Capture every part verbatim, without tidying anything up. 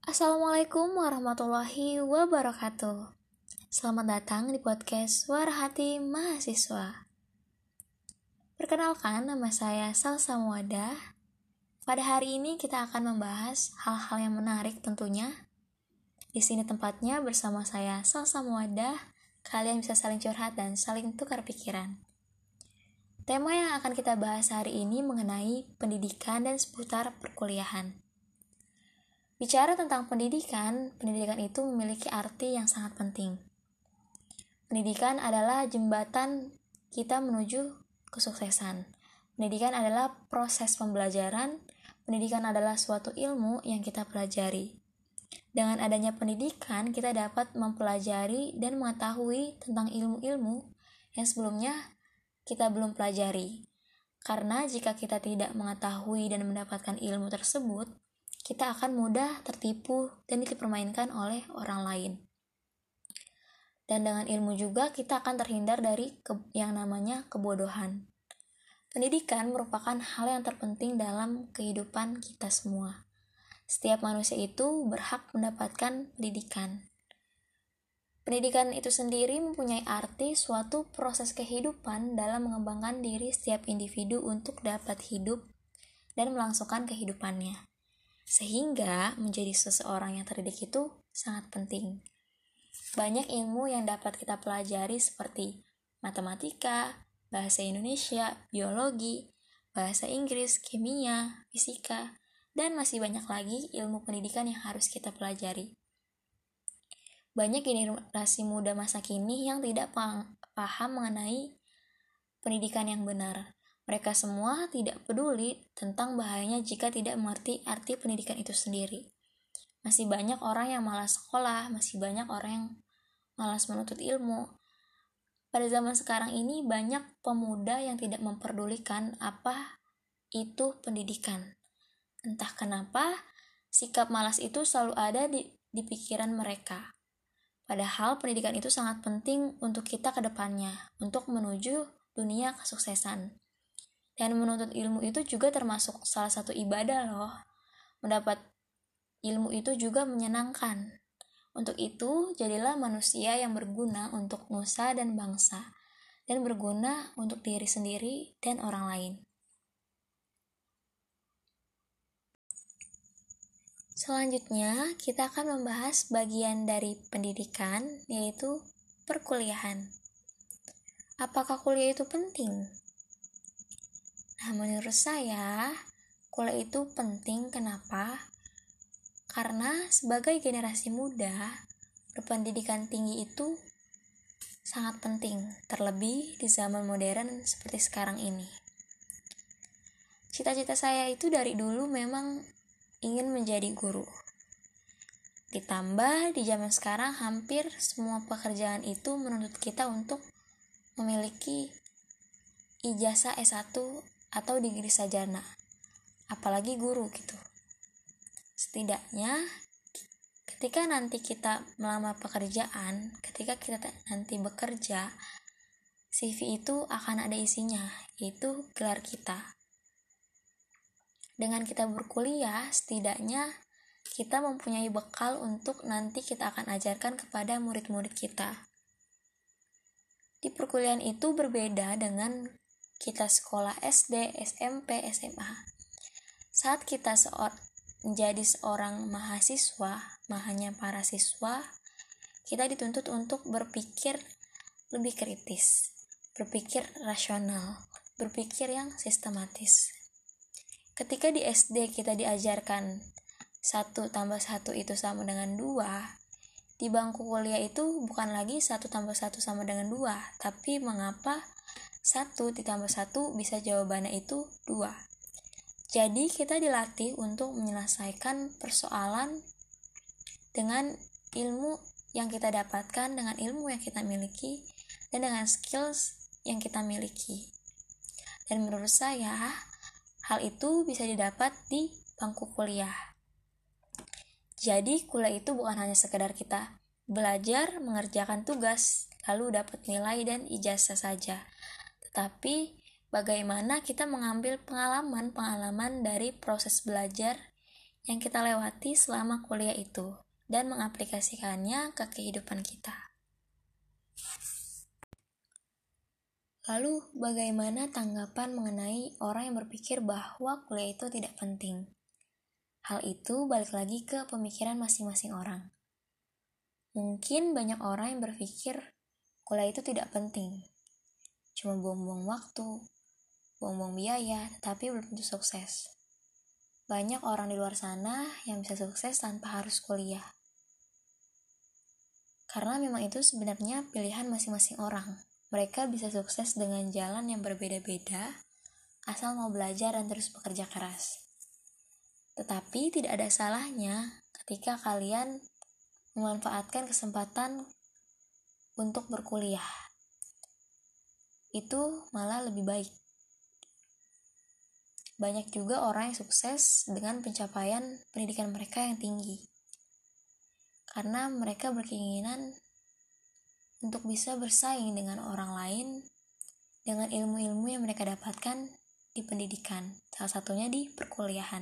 Assalamualaikum warahmatullahi wabarakatuh. Selamat datang di podcast Suara Hati Mahasiswa. Perkenalkan, nama saya Salsa Muada. Pada hari ini kita akan membahas hal-hal yang menarik tentunya. Di sini tempatnya bersama saya Salsa Muada. Kalian bisa saling curhat dan saling tukar pikiran. Tema yang akan kita bahas hari ini mengenai pendidikan dan seputar perkuliahan. Bicara tentang pendidikan, pendidikan itu memiliki arti yang sangat penting. Pendidikan adalah jembatan kita menuju kesuksesan. Pendidikan adalah proses pembelajaran. Pendidikan adalah suatu ilmu yang kita pelajari. Dengan adanya pendidikan, kita dapat mempelajari dan mengetahui tentang ilmu-ilmu yang sebelumnya kita belum pelajari. Karena jika kita tidak mengetahui dan mendapatkan ilmu tersebut, kita akan mudah tertipu dan dipermainkan oleh orang lain. Dan dengan ilmu juga kita akan terhindar dari ke- yang namanya kebodohan. Pendidikan merupakan hal yang terpenting dalam kehidupan kita semua. Setiap manusia itu berhak mendapatkan pendidikan. Pendidikan itu sendiri mempunyai arti suatu proses kehidupan dalam mengembangkan diri setiap individu untuk dapat hidup dan melangsungkan kehidupannya. Sehingga menjadi seseorang yang terdidik itu sangat penting. Banyak ilmu yang dapat kita pelajari seperti matematika, bahasa Indonesia, biologi, bahasa Inggris, kimia, fisika, dan masih banyak lagi ilmu pendidikan yang harus kita pelajari. Banyak generasi muda masa kini yang tidak paham mengenai pendidikan yang benar. Mereka semua tidak peduli tentang bahayanya jika tidak mengerti arti pendidikan itu sendiri. Masih banyak orang yang malas sekolah, masih banyak orang yang malas menuntut ilmu. Pada zaman sekarang ini banyak pemuda yang tidak memperdulikan apa itu pendidikan. Entah kenapa, sikap malas itu selalu ada di, di pikiran mereka. Padahal pendidikan itu sangat penting untuk kita ke depannya, untuk menuju dunia kesuksesan. Dan menuntut ilmu itu juga termasuk salah satu ibadah loh. Mendapat ilmu itu juga menyenangkan. Untuk itu, jadilah manusia yang berguna untuk nusa dan bangsa, dan berguna untuk diri sendiri dan orang lain. Selanjutnya, kita akan membahas bagian dari pendidikan, yaitu perkuliahan. Apakah kuliah itu penting? Nah, menurut saya, kuliah itu penting. Kenapa? Karena sebagai generasi muda, berpendidikan tinggi itu sangat penting, terlebih di zaman modern seperti sekarang ini. Cita-cita saya itu dari dulu memang ingin menjadi guru. Ditambah di zaman sekarang hampir semua pekerjaan itu menuntut kita untuk memiliki ijazah S satu atau degree sarjana, apalagi guru gitu. Setidaknya ketika nanti kita melamar pekerjaan, ketika kita nanti bekerja, C V itu akan ada isinya, yaitu gelar kita. Dengan kita berkuliah, setidaknya kita mempunyai bekal untuk nanti kita akan ajarkan kepada murid-murid kita. Di perkuliahan itu berbeda dengan kita sekolah S D, S M P, S M A. Saat kita seor- menjadi seorang mahasiswa, mahanya para siswa, kita dituntut untuk berpikir lebih kritis, berpikir rasional, berpikir yang sistematis. Ketika di S D kita diajarkan satu tambah satu itu sama dengan dua, di bangku kuliah itu bukan lagi satu tambah satu sama dengan dua, tapi mengapa satu ditambah satu bisa jawabannya itu dua. Jadi kita dilatih untuk menyelesaikan persoalan dengan ilmu yang kita dapatkan, dengan ilmu yang kita miliki, dan dengan skills yang kita miliki. Dan menurut saya, hal itu bisa didapat di bangku kuliah. Jadi kuliah itu bukan hanya sekedar kita belajar, mengerjakan tugas, lalu dapat nilai dan ijazah saja. Tetapi bagaimana kita mengambil pengalaman-pengalaman dari proses belajar yang kita lewati selama kuliah itu dan mengaplikasikannya ke kehidupan kita. Lalu, bagaimana tanggapan mengenai orang yang berpikir bahwa kuliah itu tidak penting? Hal itu balik lagi ke pemikiran masing-masing orang. Mungkin banyak orang yang berpikir kuliah itu tidak penting, cuma buang-buang waktu, buang-buang biaya, tetapi belum tentu sukses. Banyak orang di luar sana yang bisa sukses tanpa harus kuliah. Karena memang itu sebenarnya pilihan masing-masing orang. Mereka bisa sukses dengan jalan yang berbeda-beda, asal mau belajar dan terus bekerja keras. Tetapi tidak ada salahnya ketika kalian memanfaatkan kesempatan untuk berkuliah. Itu malah lebih baik. Banyak juga orang yang sukses dengan pencapaian pendidikan mereka yang tinggi. Karena mereka berkeinginan untuk bisa bersaing dengan orang lain dengan ilmu-ilmu yang mereka dapatkan di pendidikan, salah satunya di perkuliahan.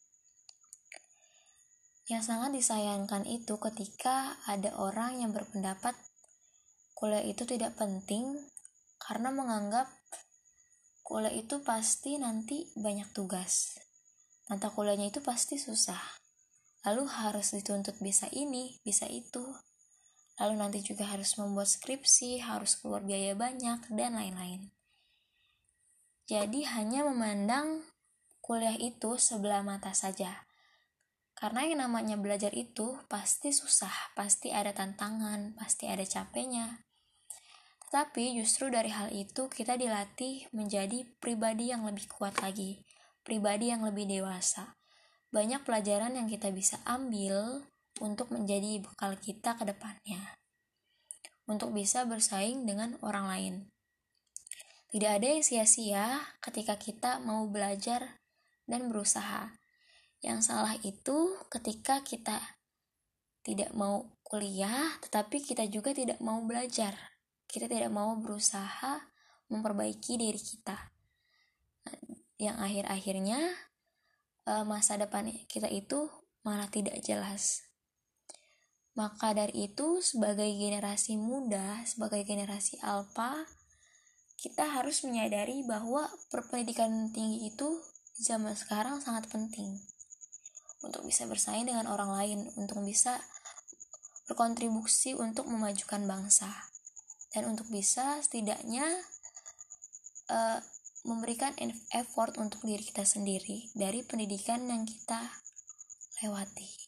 Yang sangat disayangkan itu ketika ada orang yang berpendapat kuliah itu tidak penting karena menganggap kuliah itu pasti nanti banyak tugas. Mata kuliahnya itu pasti susah. Lalu harus dituntut bisa ini, bisa itu. Lalu nanti juga harus membuat skripsi, harus keluar biaya banyak, dan lain-lain. Jadi hanya memandang kuliah itu sebelah mata saja. Karena yang namanya belajar itu pasti susah, pasti ada tantangan, pasti ada capeknya. Tetapi justru dari hal itu kita dilatih menjadi pribadi yang lebih kuat lagi, pribadi yang lebih dewasa. Banyak pelajaran yang kita bisa ambil untuk menjadi bekal kita ke depannya, untuk bisa bersaing dengan orang lain. Tidak ada yang sia-sia ketika kita mau belajar dan berusaha. Yang salah itu ketika kita tidak mau kuliah, tetapi kita juga tidak mau belajar. Kita tidak mau berusaha memperbaiki diri kita. Yang akhir-akhirnya masa depan kita itu malah tidak jelas. Maka dari itu, sebagai generasi muda, sebagai generasi alpha, kita harus menyadari bahwa perpendidikan tinggi itu zaman sekarang sangat penting untuk bisa bersaing dengan orang lain, untuk bisa berkontribusi untuk memajukan bangsa, dan untuk bisa setidaknya uh, memberikan effort untuk diri kita sendiri dari pendidikan yang kita lewati.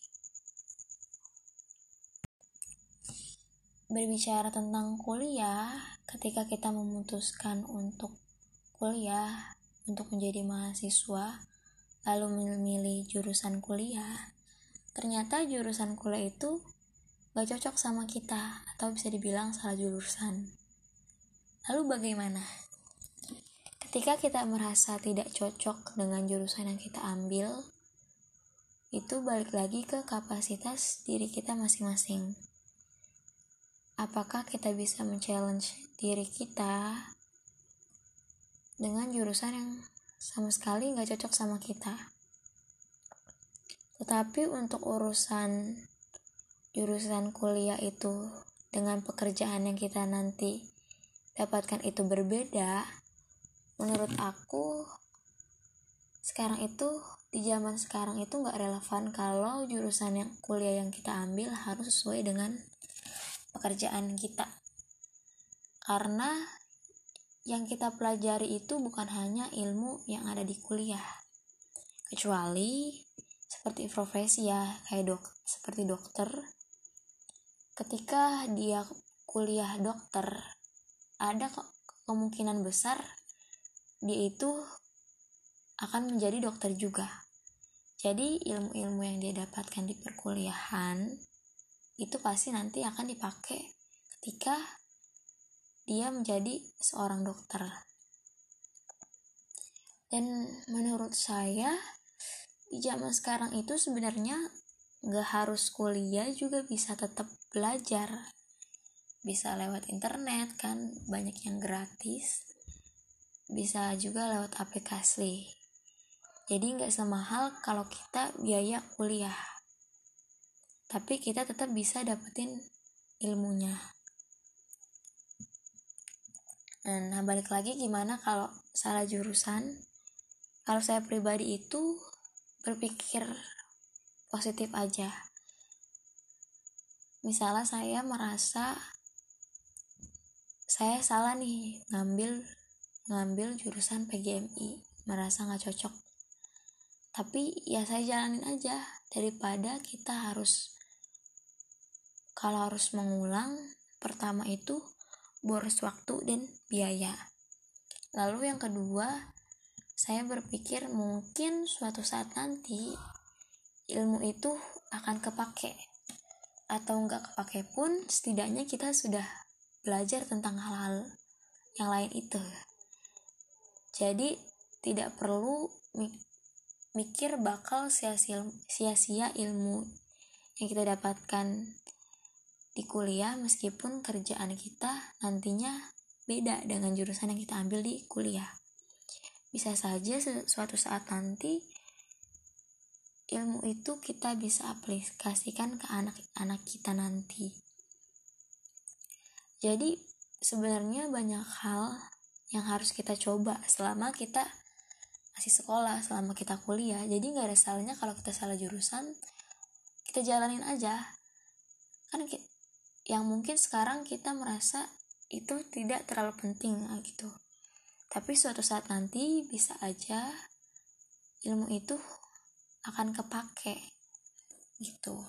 Berbicara tentang kuliah, ketika kita memutuskan untuk kuliah, untuk menjadi mahasiswa, lalu memilih jurusan kuliah, ternyata jurusan kuliah itu gak cocok sama kita, atau bisa dibilang salah jurusan. Lalu bagaimana? Ketika kita merasa tidak cocok dengan jurusan yang kita ambil, itu balik lagi ke kapasitas diri kita masing-masing. Apakah kita bisa men-challenge diri kita dengan jurusan yang sama sekali gak cocok sama kita. Tetapi untuk urusan jurusan kuliah itu dengan pekerjaan yang kita nanti dapatkan itu berbeda, menurut aku sekarang itu, di zaman sekarang itu gak relevan kalau jurusan yang kuliah yang kita ambil harus sesuai dengan pekerjaan kita. Karena yang kita pelajari itu bukan hanya ilmu yang ada di kuliah, kecuali seperti profesi ya, kayak dok, seperti dokter. Ketika dia kuliah dokter, ada kemungkinan besar dia itu akan menjadi dokter juga. Jadi ilmu-ilmu yang dia dapatkan di perkuliahan itu pasti nanti akan dipakai ketika dia menjadi seorang dokter. Dan menurut saya di zaman sekarang itu sebenarnya gak harus kuliah juga bisa tetap belajar. Bisa lewat internet kan, banyak yang gratis. Bisa juga lewat aplikasi. Jadi nggak semahal kalau kita biaya kuliah, tapi kita tetap bisa dapetin ilmunya. Nah, balik lagi gimana kalau salah jurusan? Kalau saya pribadi itu berpikir positif aja. Misalnya saya merasa saya salah nih ngambil ngambil jurusan P G M I, merasa nggak cocok. Tapi ya saya jalanin aja daripada kita harus kalau harus mengulang. Pertama itu boros waktu dan biaya. Lalu yang kedua, saya berpikir mungkin suatu saat nanti ilmu itu akan kepake, atau nggak kepake pun setidaknya kita sudah belajar tentang hal-hal yang lain itu. Jadi tidak perlu mikir bakal sia-sia ilmu yang kita dapatkan di kuliah, meskipun kerjaan kita nantinya beda dengan jurusan yang kita ambil di kuliah. Bisa saja suatu saat nanti ilmu itu kita bisa aplikasikan ke anak-anak kita nanti. Jadi sebenarnya banyak hal yang harus kita coba selama kita masih sekolah, selama kita kuliah. Jadi gak ada salahnya kalau kita salah jurusan, kita jalanin aja. Kan yang mungkin sekarang kita merasa itu tidak terlalu penting gitu, tapi suatu saat nanti bisa aja ilmu itu akan kepake gitu.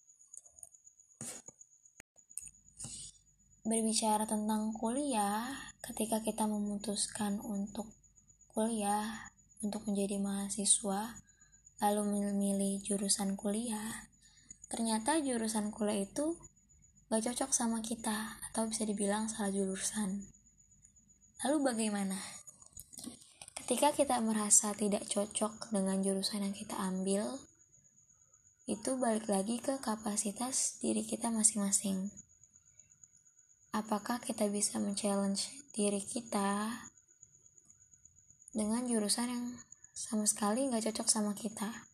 Berbicara tentang kuliah, ketika kita memutuskan untuk kuliah, untuk menjadi mahasiswa, lalu memilih jurusan kuliah, ternyata jurusan kuliah itu gak cocok sama kita, atau bisa dibilang salah jurusan. Lalu bagaimana? Ketika kita merasa tidak cocok dengan jurusan yang kita ambil, itu balik lagi ke kapasitas diri kita masing-masing. Apakah kita bisa men-challenge diri kita dengan jurusan yang sama sekali gak cocok sama kita?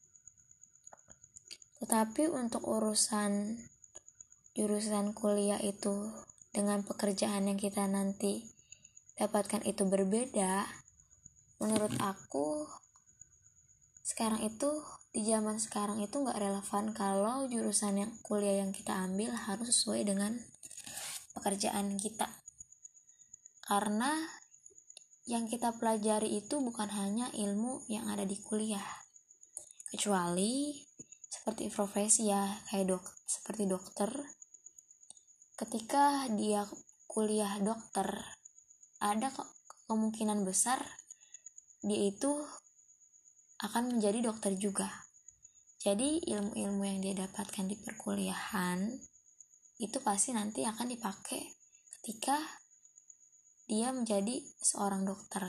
Tetapi untuk urusan jurusan kuliah itu dengan pekerjaan yang kita nanti dapatkan itu berbeda, menurut aku sekarang itu, di zaman sekarang itu gak relevan kalau jurusan yang kuliah yang kita ambil harus sesuai dengan pekerjaan kita. Karena yang kita pelajari itu bukan hanya ilmu yang ada di kuliah, kecuali seperti profesi ya, kayak dok, seperti dokter. Ketika dia kuliah dokter, ada kemungkinan besar dia itu akan menjadi dokter juga. Jadi ilmu-ilmu yang dia dapatkan di perkuliahan itu pasti nanti akan dipakai ketika dia menjadi seorang dokter.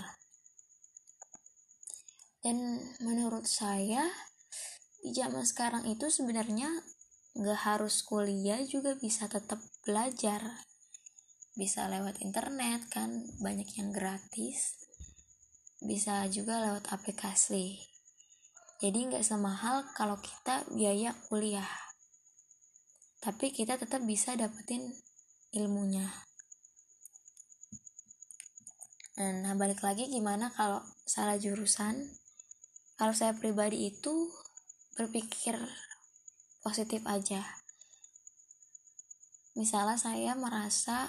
Dan menurut saya di zaman sekarang itu sebenarnya gak harus kuliah juga bisa tetap belajar. Bisa lewat internet kan, banyak yang gratis. Bisa juga lewat aplikasi. Jadi gak semahal kalau kita biaya kuliah, tapi kita tetap bisa dapetin ilmunya. Nah, balik lagi gimana kalau salah jurusan? Kalau saya pribadi itu berpikir positif aja. Misalnya saya merasa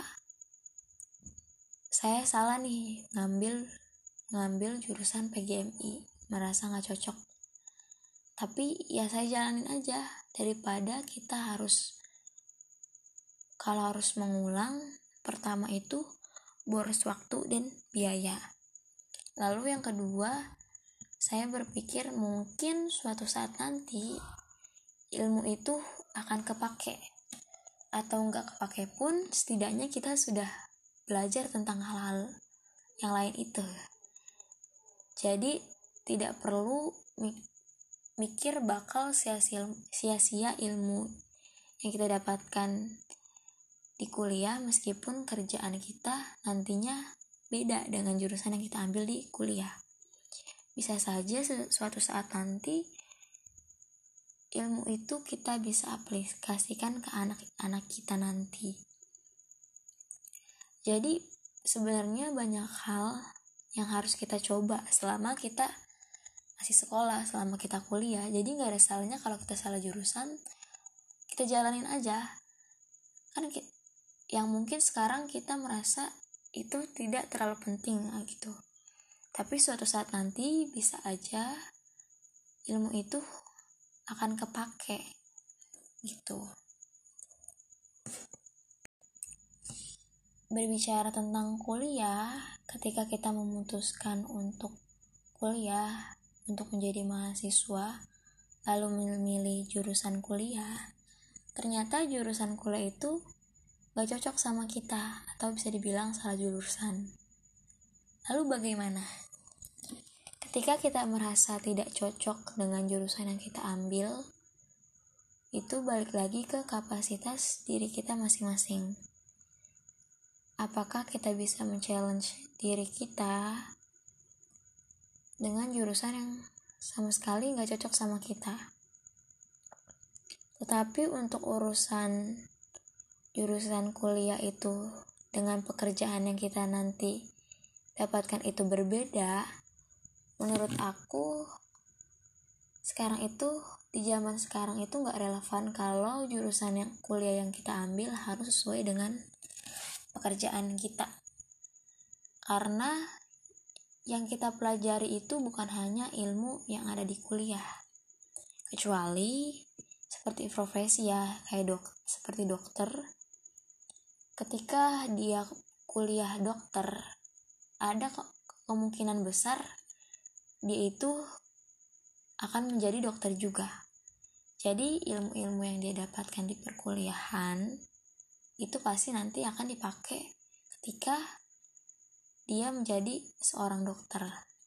saya salah nih ngambil ngambil jurusan P G M I, merasa nggak cocok. Tapi ya saya jalanin aja daripada kita harus kalau harus mengulang. Pertama itu boros waktu dan biaya. Lalu yang kedua, saya berpikir mungkin suatu saat nanti ilmu itu akan kepake, atau nggak kepake pun setidaknya kita sudah belajar tentang hal-hal yang lain itu. Jadi tidak perlu mikir bakal sia-sia ilmu yang kita dapatkan di kuliah, meskipun kerjaan kita nantinya beda dengan jurusan yang kita ambil di kuliah. bisa saja suatu saat nanti ilmu itu kita bisa aplikasikan ke anak-anak kita nanti. Jadi sebenarnya banyak hal yang harus kita coba selama kita masih sekolah, selama kita kuliah. Jadi gak ada salahnya kalau kita salah jurusan, kita jalanin aja. Kan yang mungkin sekarang kita merasa itu tidak terlalu penting gitu. Tapi suatu saat nanti bisa aja ilmu itu akan kepake gitu. Berbicara tentang kuliah, ketika kita memutuskan untuk kuliah, untuk menjadi mahasiswa, lalu memilih jurusan kuliah, ternyata jurusan kuliah itu gak cocok sama kita, atau bisa dibilang salah jurusan. Lalu bagaimana? Ketika kita merasa tidak cocok dengan jurusan yang kita ambil, itu balik lagi ke kapasitas diri kita masing-masing. Apakah kita bisa men-challenge diri kita dengan jurusan yang sama sekali gak cocok sama kita? Tetapi untuk urusan jurusan kuliah itu dengan pekerjaan yang kita nanti dapatkan itu berbeda, menurut aku sekarang itu, di zaman sekarang itu gak relevan kalau jurusan yang kuliah yang kita ambil harus sesuai dengan pekerjaan kita. Karena yang kita pelajari itu bukan hanya ilmu yang ada di kuliah, kecuali seperti profesi ya, kayak dok, seperti dokter. Ketika dia kuliah dokter, ada kemungkinan besar dia itu akan menjadi dokter juga. Jadi ilmu-ilmu yang dia dapatkan di perkuliahan itu pasti nanti akan dipakai ketika dia menjadi seorang dokter.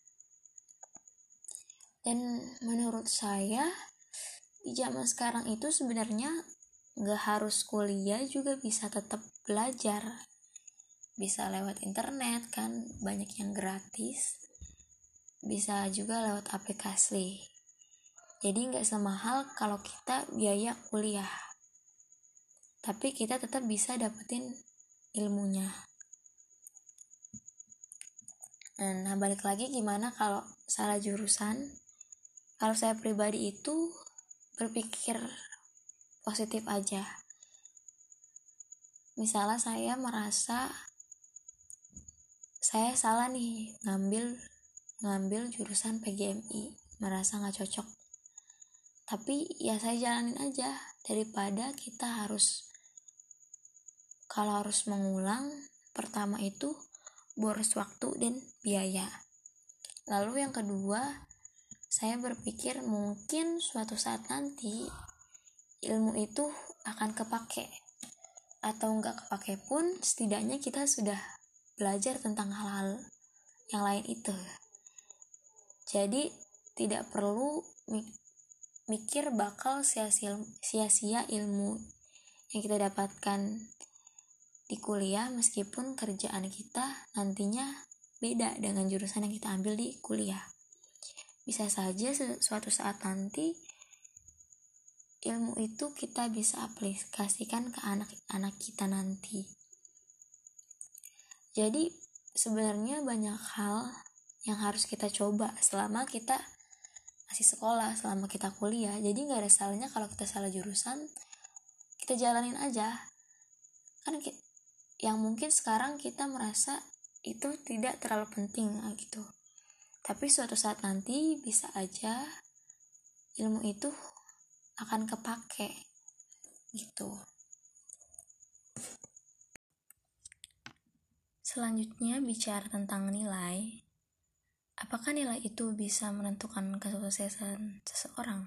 Dan menurut saya di zaman sekarang itu sebenarnya gak harus kuliah juga bisa tetap belajar. Bisa lewat internet kan, banyak yang gratis. Bisa juga lewat aplikasi. Jadi gak semahal kalau kita biaya kuliah, tapi kita tetap bisa dapetin ilmunya. Nah balik lagi gimana kalau salah jurusan? Kalau saya pribadi itu berpikir positif aja. Misalnya saya merasa saya salah nih ngambil ngambil jurusan P G M I, merasa gak cocok, tapi ya saya jalanin aja daripada kita harus, kalau harus mengulang, pertama itu boros waktu dan biaya. Lalu yang kedua, saya berpikir mungkin suatu saat nanti ilmu itu akan kepake, atau gak kepake pun setidaknya kita sudah belajar tentang hal-hal yang lain itu. Jadi tidak perlu mikir bakal sia-sia ilmu yang kita dapatkan di kuliah, meskipun kerjaan kita nantinya beda dengan jurusan yang kita ambil di kuliah. Bisa saja suatu saat nanti ilmu itu kita bisa aplikasikan ke anak-anak kita nanti. Jadi sebenarnya banyak hal yang harus kita coba selama kita masih sekolah, selama kita kuliah. Jadi gak ada salahnya kalau kita salah jurusan, kita jalanin aja. Kan yang mungkin sekarang kita merasa itu tidak terlalu penting gitu. Tapi suatu saat nanti bisa aja ilmu itu akan kepake gitu. Selanjutnya bicara tentang nilai. Apakah nilai itu bisa menentukan kesuksesan seseorang?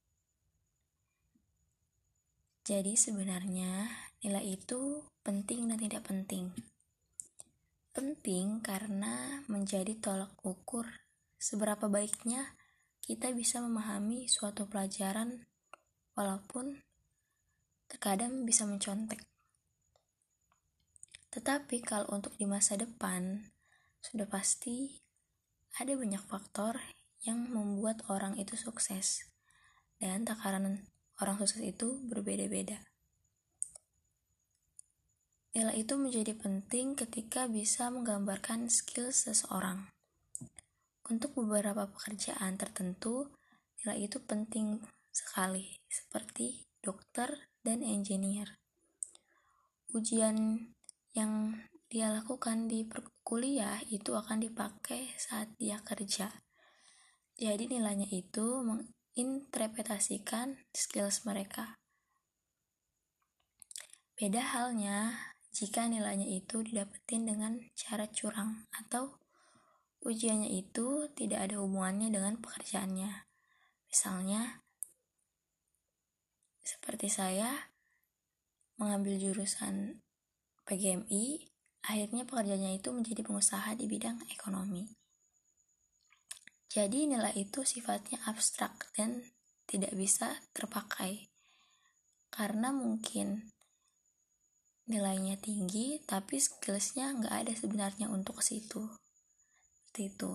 Jadi sebenarnya nilai itu penting dan tidak penting. Penting karena menjadi tolak ukur seberapa baiknya kita bisa memahami suatu pelajaran, walaupun terkadang bisa mencontek. Tetapi kalau untuk di masa depan, sudah pasti ada banyak faktor yang membuat orang itu sukses. Dan takaran orang sukses itu berbeda-beda. Nilai itu menjadi penting ketika bisa menggambarkan skill seseorang. Untuk beberapa pekerjaan tertentu, nilai itu penting sekali, seperti dokter dan engineer. Ujian yang dia lakukan di kuliah itu akan dipakai saat dia kerja. Jadi nilainya itu menginterpretasikan skills mereka. Beda halnya jika nilainya itu didapetin dengan cara curang atau ujiannya itu tidak ada hubungannya dengan pekerjaannya. Misalnya, seperti saya mengambil jurusan P G M I, akhirnya pekerjaannya itu menjadi pengusaha di bidang ekonomi. Jadi nilai itu sifatnya abstrak dan tidak bisa terpakai. Karena mungkin nilainya tinggi, tapi skillsnya nggak ada sebenarnya untuk ke situ. Seperti itu.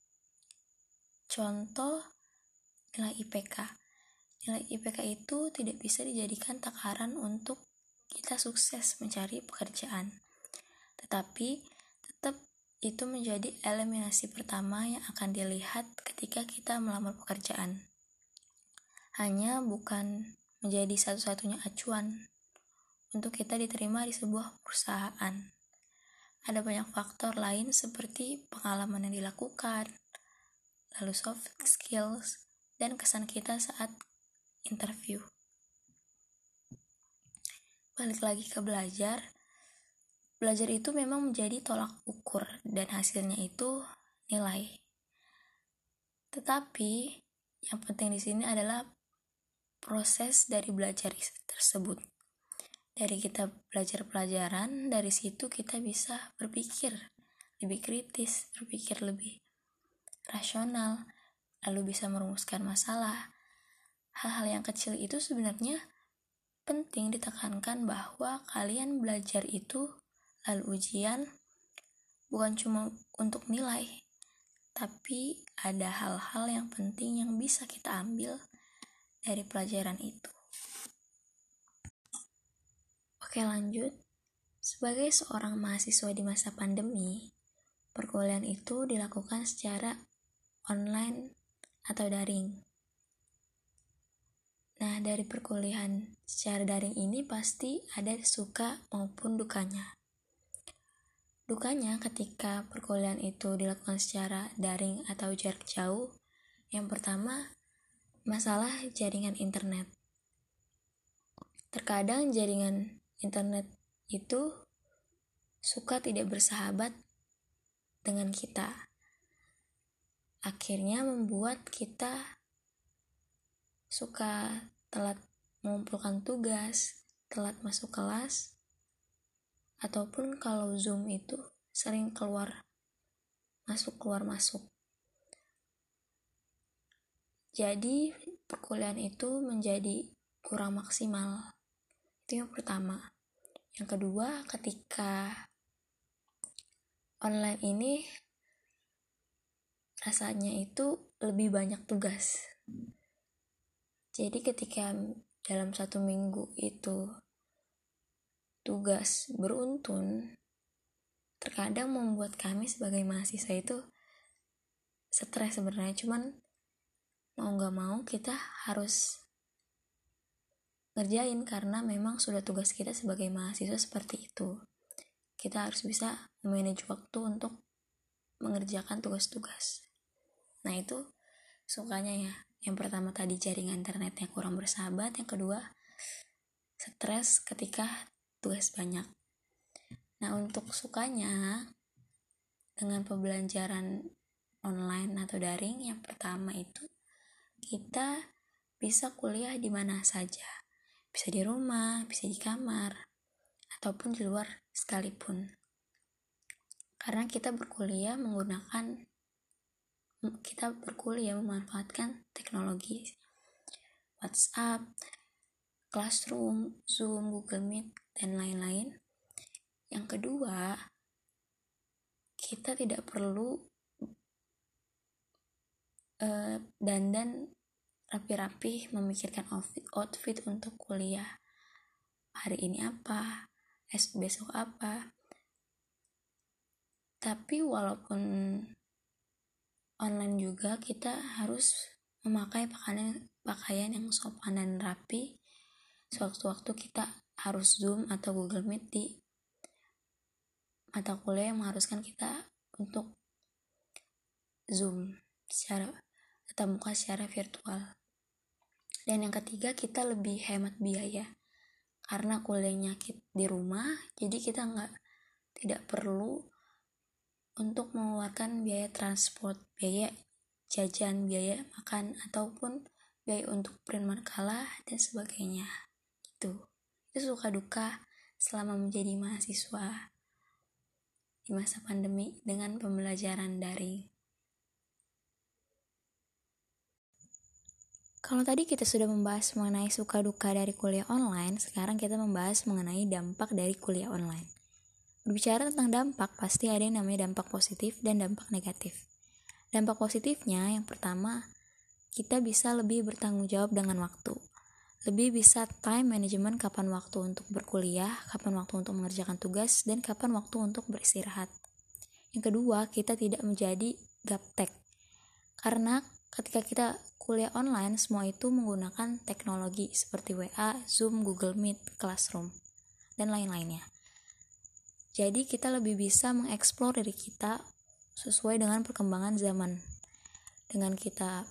Contoh nilai I P K. Nilai I P K itu tidak bisa dijadikan takaran untuk kita sukses mencari pekerjaan. Tetapi tetap itu menjadi eliminasi pertama yang akan dilihat ketika kita melamar pekerjaan. Hanya bukan menjadi satu-satunya acuan untuk kita diterima di sebuah perusahaan. Ada banyak faktor lain seperti pengalaman yang dilakukan, lalu soft skills, dan kesan kita saat interview. Balik lagi ke belajar. Belajar itu memang menjadi tolak ukur dan hasilnya itu nilai. Tetapi yang penting di sini adalah proses dari belajar tersebut. Dari kita belajar pelajaran, dari situ kita bisa berpikir lebih kritis, berpikir lebih rasional, lalu bisa merumuskan masalah. Hal-hal yang kecil itu sebenarnya penting ditekankan bahwa kalian belajar itu lalu ujian bukan cuma untuk nilai, tapi ada hal-hal yang penting yang bisa kita ambil dari pelajaran itu. Oke, lanjut. Sebagai seorang mahasiswa di masa pandemi, perkuliahan itu dilakukan secara online atau daring. Nah, dari perkuliahan secara daring ini pasti ada suka maupun dukanya. Dukanya ketika perkuliahan itu dilakukan secara daring atau jarak jauh, yang pertama, masalah jaringan internet. Terkadang jaringan internet itu suka tidak bersahabat dengan kita. Akhirnya membuat kita suka telat mengumpulkan tugas, telat masuk kelas, ataupun kalau Zoom itu sering keluar masuk keluar masuk. Jadi perkuliahan itu menjadi kurang maksimal. Itu yang pertama. Yang kedua, ketika online ini rasanya itu lebih banyak tugas. Jadi ketika dalam satu minggu itu tugas beruntun, terkadang membuat kami sebagai mahasiswa itu stres sebenarnya. Cuman mau gak mau kita harus ngerjain karena memang sudah tugas kita sebagai mahasiswa seperti itu. Kita harus bisa memanage waktu untuk mengerjakan tugas-tugas. Nah, itu sukanya ya. Yang pertama tadi jaringan internetnya kurang bersahabat, yang kedua stres ketika tugas banyak. Nah, untuk sukanya dengan pembelajaran online atau daring, yang pertama itu kita bisa kuliah di mana saja. Bisa di rumah, bisa di kamar, ataupun di luar sekalipun. Karena kita berkuliah menggunakan, kita berkuliah memanfaatkan teknologi WhatsApp, Classroom, Zoom, Google Meet, dan lain-lain. Yang kedua, kita tidak perlu uh, dandan rapi-rapi memikirkan outfit, outfit untuk kuliah. Hari ini apa, es besok apa. Tapi walaupun online juga, kita harus memakai pakaian pakaian yang sopan dan rapi. Sewaktu-waktu kita harus Zoom atau Google Meet di mata kuliah yang mengharuskan kita untuk Zoom secara tatap muka secara virtual. Dan yang ketiga, kita lebih hemat biaya karena kuliahnya di rumah, jadi kita nggak tidak perlu untuk mengeluarkan biaya transport, biaya jajan, biaya makan, ataupun biaya untuk print makalah dan sebagainya. Itu itu suka duka selama menjadi mahasiswa di masa pandemi dengan pembelajaran daring. Kalau tadi kita sudah membahas mengenai suka duka dari kuliah online, sekarang kita membahas mengenai dampak dari kuliah online. Berbicara tentang dampak, pasti ada yang namanya dampak positif dan dampak negatif. Dampak positifnya, yang pertama, kita bisa lebih bertanggung jawab dengan waktu. Lebih bisa time management, kapan waktu untuk berkuliah, kapan waktu untuk mengerjakan tugas, dan kapan waktu untuk beristirahat. Yang kedua, kita tidak menjadi gaptek. Karena ketika kita kuliah online, semua itu menggunakan teknologi seperti W A, Zoom, Google Meet, Classroom, dan lain-lainnya. Jadi kita lebih bisa mengeksplor diri kita sesuai dengan perkembangan zaman. Dengan kita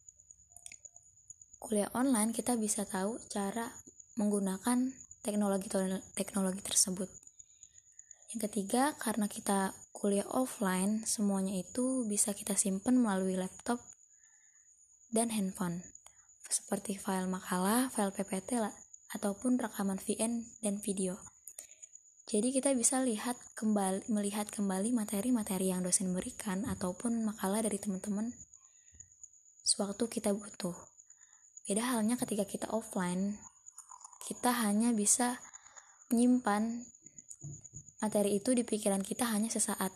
kuliah online, kita bisa tahu cara menggunakan teknologi teknologi tersebut. Yang ketiga, karena kita kuliah offline, semuanya itu bisa kita simpan melalui laptop dan handphone, seperti file makalah, file P P T lah, ataupun rekaman V N dan video. Jadi kita bisa lihat kembali, melihat kembali materi-materi yang dosen berikan ataupun makalah dari teman-teman sewaktu kita butuh. Beda halnya ketika kita offline, kita hanya bisa menyimpan materi itu di pikiran kita hanya sesaat.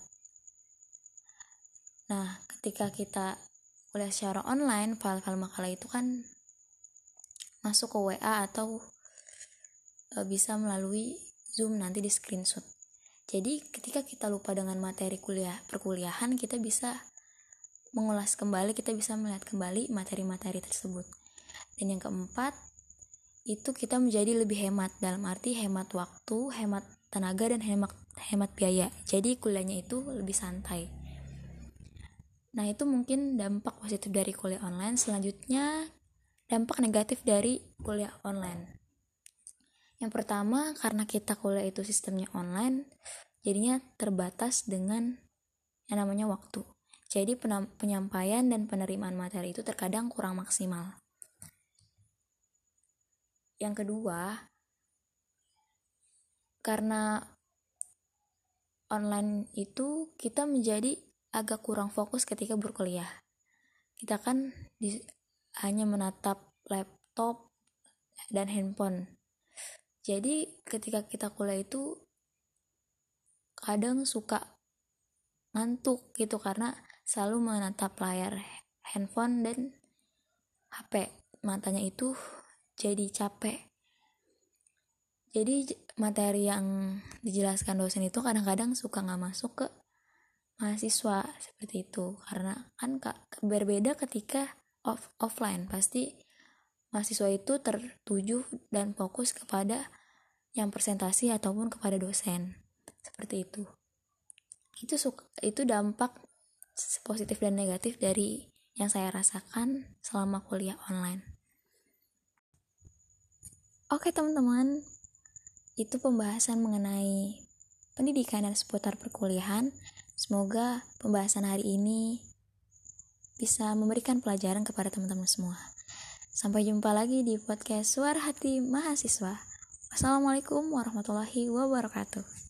Nah, ketika kita kuliah secara online, file-file makalah itu kan masuk ke W A atau e, bisa melalui Zoom, nanti di screenshot. Jadi ketika kita lupa dengan materi kuliah perkuliahan, kita bisa mengulas kembali, kita bisa melihat kembali materi-materi tersebut. Dan yang keempat, itu kita menjadi lebih hemat, dalam arti hemat waktu, hemat tenaga, dan hemat hemat biaya. Jadi kuliahnya itu lebih santai. Nah, itu mungkin dampak positif dari kuliah online. Selanjutnya, dampak negatif dari kuliah online. Yang pertama, karena kita kuliah itu sistemnya online, jadinya terbatas dengan yang namanya waktu. Jadi penyampaian dan penerimaan materi itu terkadang kurang maksimal. Yang kedua, karena online itu kita menjadi agak kurang fokus ketika berkuliah. Kita kan di, hanya menatap laptop dan handphone. Jadi ketika kita kuliah itu kadang suka ngantuk gitu karena selalu menatap layar handphone dan H P. Matanya itu jadi capek. Jadi materi yang dijelaskan dosen itu kadang-kadang suka gak masuk ke mahasiswa seperti itu, karena kan kak berbeda ketika off offline. Pasti mahasiswa itu tertuju dan fokus kepada yang presentasi ataupun kepada dosen seperti itu. Itu suka, itu dampak positif dan negatif dari yang saya rasakan selama kuliah online. Oke teman-teman, itu pembahasan mengenai pendidikan dan seputar perkuliahan. Semoga pembahasan hari ini bisa memberikan pelajaran kepada teman-teman semua. Sampai jumpa lagi di podcast Suara Hati Mahasiswa. Wassalamualaikum warahmatullahi wabarakatuh.